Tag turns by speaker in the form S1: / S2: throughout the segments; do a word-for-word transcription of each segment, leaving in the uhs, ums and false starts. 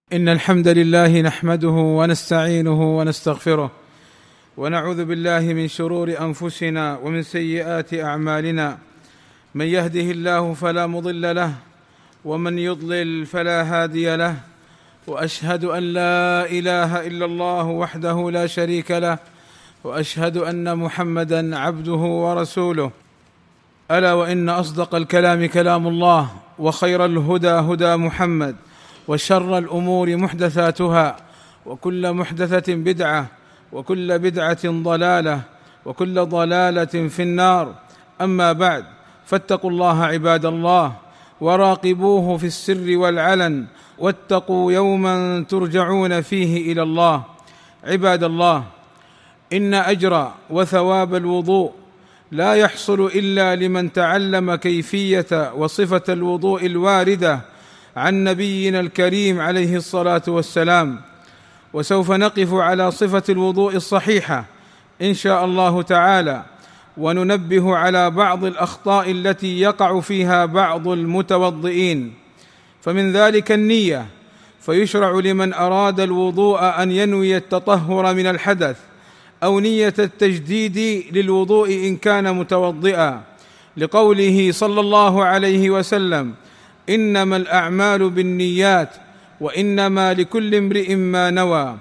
S1: إن الحمد لله نحمده ونستعينه ونستغفره ونعوذ بالله من شرور أنفسنا ومن سيئات أعمالنا. من يهده الله فلا مضل له ومن يضلل فلا هادي له، وأشهد أن لا إله إلا الله وحده لا شريك له، وأشهد أن محمدًا عبده ورسوله. ألا وإن أصدق الكلام كلام الله، وخير الهدى هدى محمد، وشر الأمور محدثاتها، وكل محدثة بدعة، وكل بدعة ضلالة، وكل ضلالة في النار. أما بعد، فاتقوا الله عباد الله، وراقبوه في السر والعلن، واتقوا يوما ترجعون فيه إلى الله. عباد الله، إن أجر وثواب الوضوء لا يحصل إلا لمن تعلم كيفية وصفة الوضوء الواردة عن نبينا الكريم عليه الصلاة والسلام. وسوف نقف على صفة الوضوء الصحيحة إن شاء الله تعالى، وننبه على بعض الأخطاء التي يقع فيها بعض المتوضئين. فمن ذلك النية، فيشرع لمن أراد الوضوء أن ينوي التطهر من الحدث، أو نية التجديد للوضوء إن كان متوضئا، لقوله صلى الله عليه وسلم: إنما الأعمال بالنيات وإنما لكل امرئ ما نوى.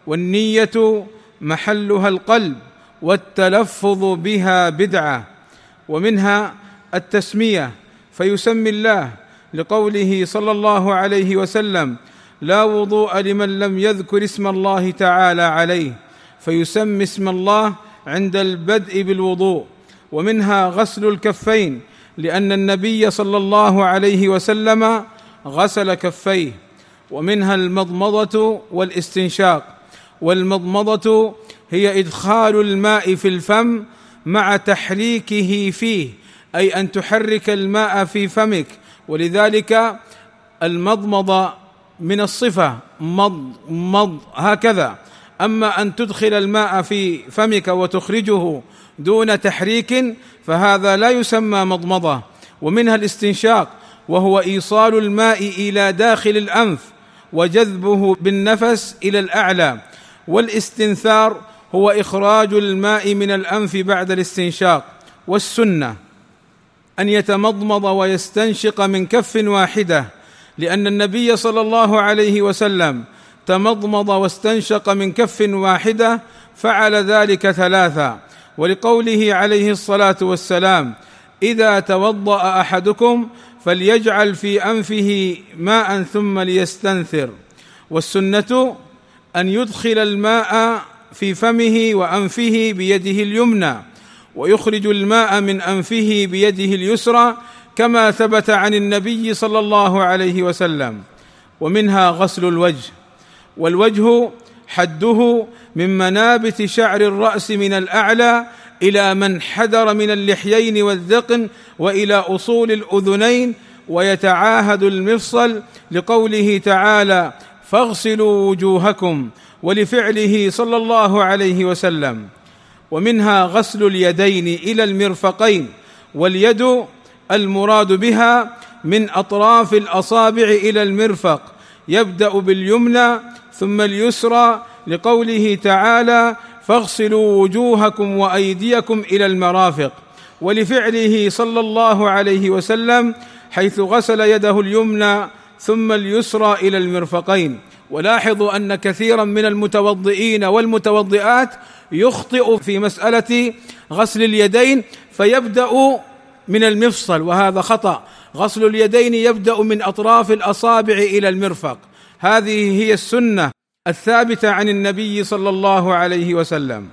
S1: والنية محلها القلب، والتلفظ بها بدعة. ومنها التسمية، فيسمي الله، لقوله صلى الله عليه وسلم: لا وضوء لمن لم يذكر اسم الله تعالى عليه، فيسمي اسم الله عند البدء بالوضوء. ومنها غسل الكفين، لأن النبي صلى الله عليه وسلم غسل كفيه. ومنها المضمضة والاستنشاق. والمضمضة هي إدخال الماء في الفم مع تحريكه فيه، أي أن تحرك الماء في فمك، ولذلك المضمضة من الصفة مض مض هكذا. أما أن تدخل الماء في فمك وتخرجه دون تحريك فهذا لا يسمى مضمضة. ومنها الاستنشاق، وهو إيصال الماء إلى داخل الأنف وجذبه بالنفس إلى الأعلى. والاستنثار هو إخراج الماء من الأنف بعد الاستنشاق. والسنة أن يتمضمض ويستنشق من كف واحدة، لأن النبي صلى الله عليه وسلم تمضمض واستنشق من كف واحدة، فعل ذلك ثلاثا، ولقوله عليه الصلاة والسلام: إذا توضأ أحدكم فليجعل في أنفه ماء ثم ليستنثر. والسنة أن يدخل الماء في فمه وأنفه بيده اليمنى، ويخرج الماء من أنفه بيده اليسرى، كما ثبت عن النبي صلى الله عليه وسلم. ومنها غسل الوجه. والوجه حده من منابت شعر الرأس من الأعلى إلى من حدر من اللحيين والذقن، وإلى أصول الأذنين، ويتعاهد المفصل، لقوله تعالى: فاغسلوا وجوهكم، ولفعله صلى الله عليه وسلم. ومنها غسل اليدين إلى المرفقين. واليد المراد بها من أطراف الأصابع إلى المرفق، يبدأ باليمنى ثم اليسرى، لقوله تعالى: فاغسلوا وجوهكم وأيديكم إلى المرافق. ولفعله صلى الله عليه وسلم، حيث غسل يده اليمنى ثم اليسرى إلى المرفقين. ولاحظوا أن كثيرا من المتوضئين والمتوضئات يخطئ في مسألة غسل اليدين، فيبدأ من المفصل، وهذا خطأ. غسل اليدين يبدأ من أطراف الأصابع إلى المرفق. هذه هي السنة الثابتة عن النبي صلى الله عليه وسلم.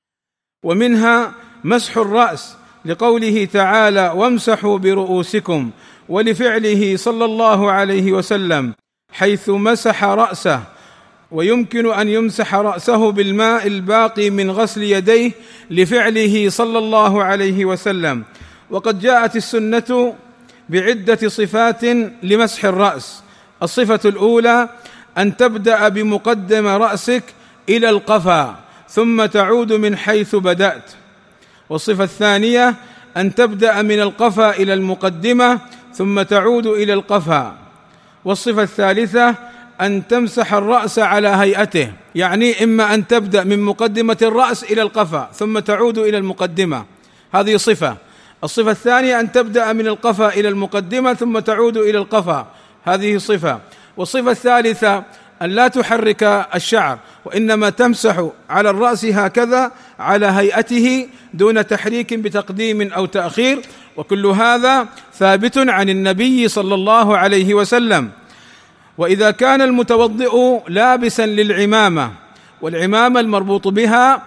S1: ومنها مسح الرأس، لقوله تعالى: وامسحوا برؤوسكم، ولفعله صلى الله عليه وسلم، حيث مسح رأسه. ويمكن أن يمسح رأسه بالماء الباقي من غسل يديه، لفعله صلى الله عليه وسلم. وقد جاءت السنة بعدة صفات لمسح الرأس. الصفة الأولى أن تبدأ بمقدم رأسك إلى القفا، ثم تعود من حيث بدأت. والصفة الثانية أن تبدأ من القفا إلى المقدمة، ثم تعود إلى القفا. والصفة الثالثة أن تمسح الرأس على هيئته، يعني إما أن تبدأ من مقدمة الرأس إلى القفا ثم تعود إلى المقدمة، هذه صفة. الصفة الثانية أن تبدأ من القفا إلى المقدمة ثم تعود إلى القفا، هذه صفة. والصفة الثالثة أن لا تحرك الشعر، وإنما تمسح على الرأس هكذا على هيئته دون تحريك بتقديم أو تأخير، وكل هذا ثابت عن النبي صلى الله عليه وسلم. وإذا كان المتوضئ لابسا للعمامة، والعمامة المربوط بها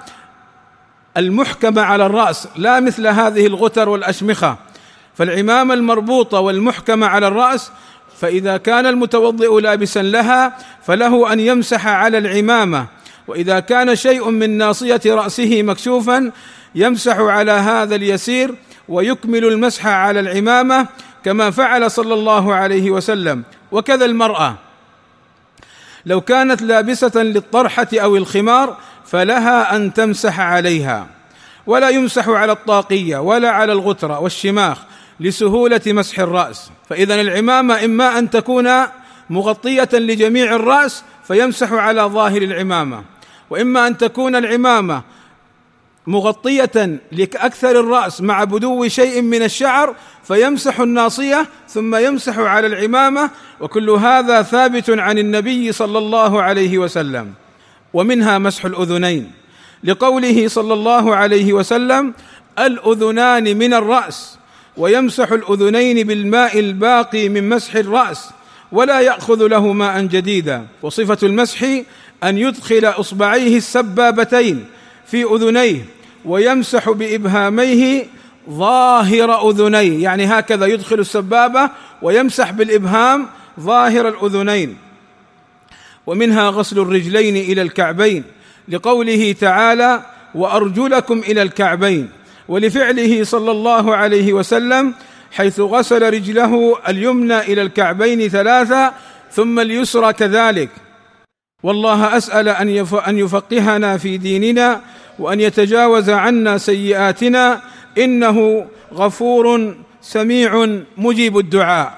S1: المحكمة على الرأس لا مثل هذه الغتر والأشمخة، فالعمامة المربوطة والمحكمة على الرأس، فإذا كان المتوضئ لابسا لها فله أن يمسح على العمامة، وإذا كان شيء من ناصية رأسه مكشوفا يمسح على هذا اليسير ويكمل المسح على العمامة كما فعل صلى الله عليه وسلم. وكذا المرأة لو كانت لابسة للطرحة أو الخمار فلها أن تمسح عليها، ولا يمسح على الطاقية ولا على الغترة والشماخ لسهولة مسح الرأس. فإذا العمامة إما أن تكون مغطية لجميع الرأس فيمسح على ظاهر العمامة، وإما أن تكون العمامة مغطية لأكثر الرأس مع بدو شيء من الشعر فيمسح الناصية ثم يمسح على العمامة، وكل هذا ثابت عن النبي صلى الله عليه وسلم. ومنها مسح الأذنين، لقوله صلى الله عليه وسلم: الأذنان من الرأس، ويمسح الأذنين بالماء الباقي من مسح الرأس ولا يأخذ له ماء جديدا. وصفة المسح أن يدخل إصبعيه السبابتين في أذنيه ويمسح بإبهاميه ظاهر أذنيه، يعني هكذا يدخل السبابة ويمسح بالإبهام ظاهر الأذنين. ومنها غسل الرجلين إلى الكعبين، لقوله تعالى: وأرجلكم إلى الكعبين، ولفعله صلى الله عليه وسلم حيث غسل رجله اليمنى إلى الكعبين ثلاثة ثم اليسرى كذلك. والله أسأل أن يفقهنا في ديننا وأن يتجاوز عنا سيئاتنا، إنه غفور سميع مجيب الدعاء.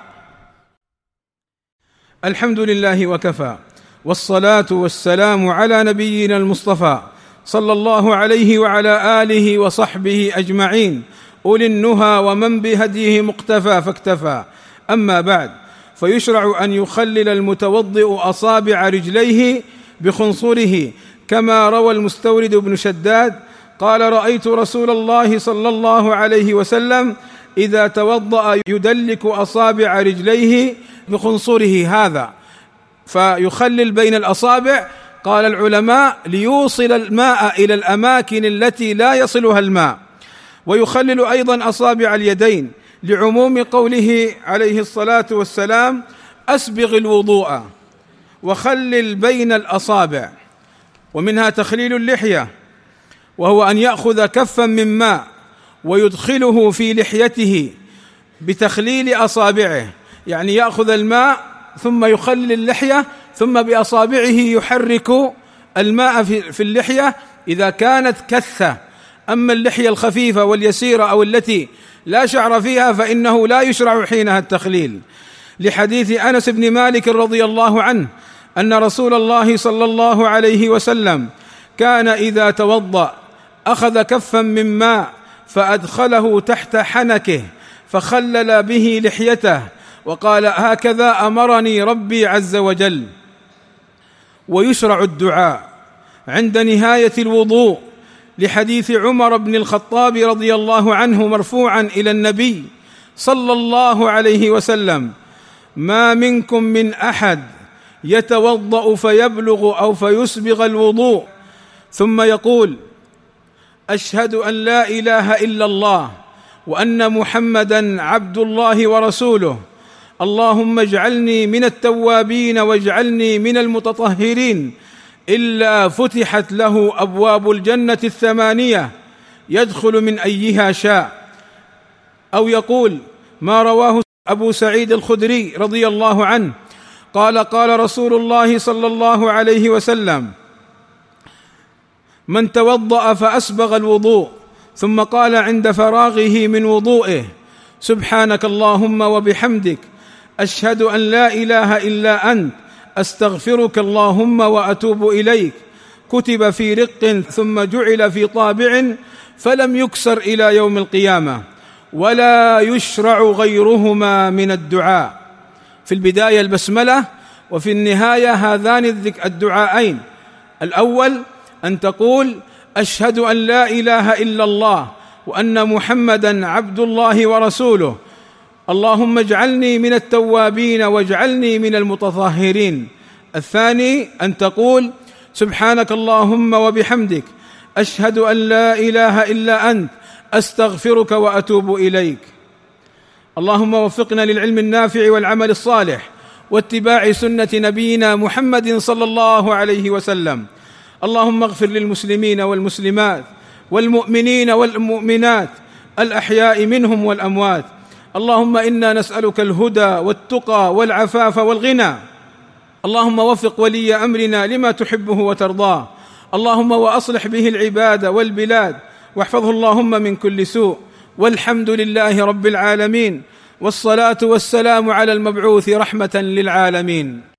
S1: الحمد لله وكفى، والصلاة والسلام على نبينا المصطفى صلى الله عليه وعلى آله وصحبه أجمعين، أولي النهى ومن بهديه مقتفى فاكتفى. أما بعد، فيشرع أن يخلل المتوضئ أصابع رجليه بخنصره، كما روى المستورد بن شداد قال: رأيت رسول الله صلى الله عليه وسلم إذا توضأ يدلك أصابع رجليه بخنصره هذا، فيخلل بين الأصابع. قال العلماء: ليوصل الماء إلى الأماكن التي لا يصلها الماء. ويخلل أيضا أصابع اليدين لعموم قوله عليه الصلاة والسلام: أسبغ الوضوء وخلل بين الأصابع. ومنها تخليل اللحية، وهو أن يأخذ كفا من ماء ويدخله في لحيته بتخليل أصابعه، يعني يأخذ الماء ثم يخلل اللحية ثم بأصابعه يحرك الماء في اللحية إذا كانت كثة. أما اللحية الخفيفة واليسيرة أو التي لا شعر فيها فإنه لا يشرع حينها التخليل، لحديث أنس بن مالك رضي الله عنه أن رسول الله صلى الله عليه وسلم كان إذا توضأ أخذ كفا من ماء فأدخله تحت حنكه فخلل به لحيته وقال: هكذا أمرني ربي عز وجل. ويشرع الدعاء عند نهاية الوضوء، لحديث عمر بن الخطاب رضي الله عنه مرفوعا إلى النبي صلى الله عليه وسلم: ما منكم من أحد يتوضأ فيبلغ أو فيسبغ الوضوء ثم يقول: أشهد أن لا إله إلا الله وأن محمدا عبد الله ورسوله، اللهم اجعلني من التوابين واجعلني من المتطهرين، إلا فتحت له أبواب الجنة الثمانية يدخل من أيها شاء. أو يقول ما رواه أبو سعيد الخدري رضي الله عنه قال: قال رسول الله صلى الله عليه وسلم: من توضأ فأسبغ الوضوء ثم قال عند فراغه من وضوئه: سبحانك اللهم وبحمدك، أشهد أن لا إله إلا أنت، أستغفرك اللهم وأتوب إليك كتب في رق ثم جعل في طابع فلم يكسر إلى يوم القيامة، ولا يشرع غيرهما من الدعاء. في البداية البسملة، وفي النهاية هذان الدعاءين. الأول أن تقول أشهد أن لا إله إلا الله وأن محمدا عبد الله ورسوله، اللهم اجعلني من التوابين واجعلني من المتطهرين. الثاني أن تقول سبحانك اللهم وبحمدك أشهد أن لا إله إلا أنت أستغفرك وأتوب إليك. اللهم وفقنا للعلم النافع والعمل الصالح واتباع سنة نبينا محمد صلى الله عليه وسلم. اللهم اغفر للمسلمين والمسلمات والمؤمنين والمؤمنات الأحياء منهم والأموات. اللهم إنا نسألك الهدى والتقى والعفاف والغنى. اللهم وفق ولي أمرنا لما تحبه وترضاه، اللهم وأصلح به العباد والبلاد، واحفظه اللهم من كل سوء. والحمد لله رب العالمين، والصلاة والسلام على المبعوث رحمة للعالمين.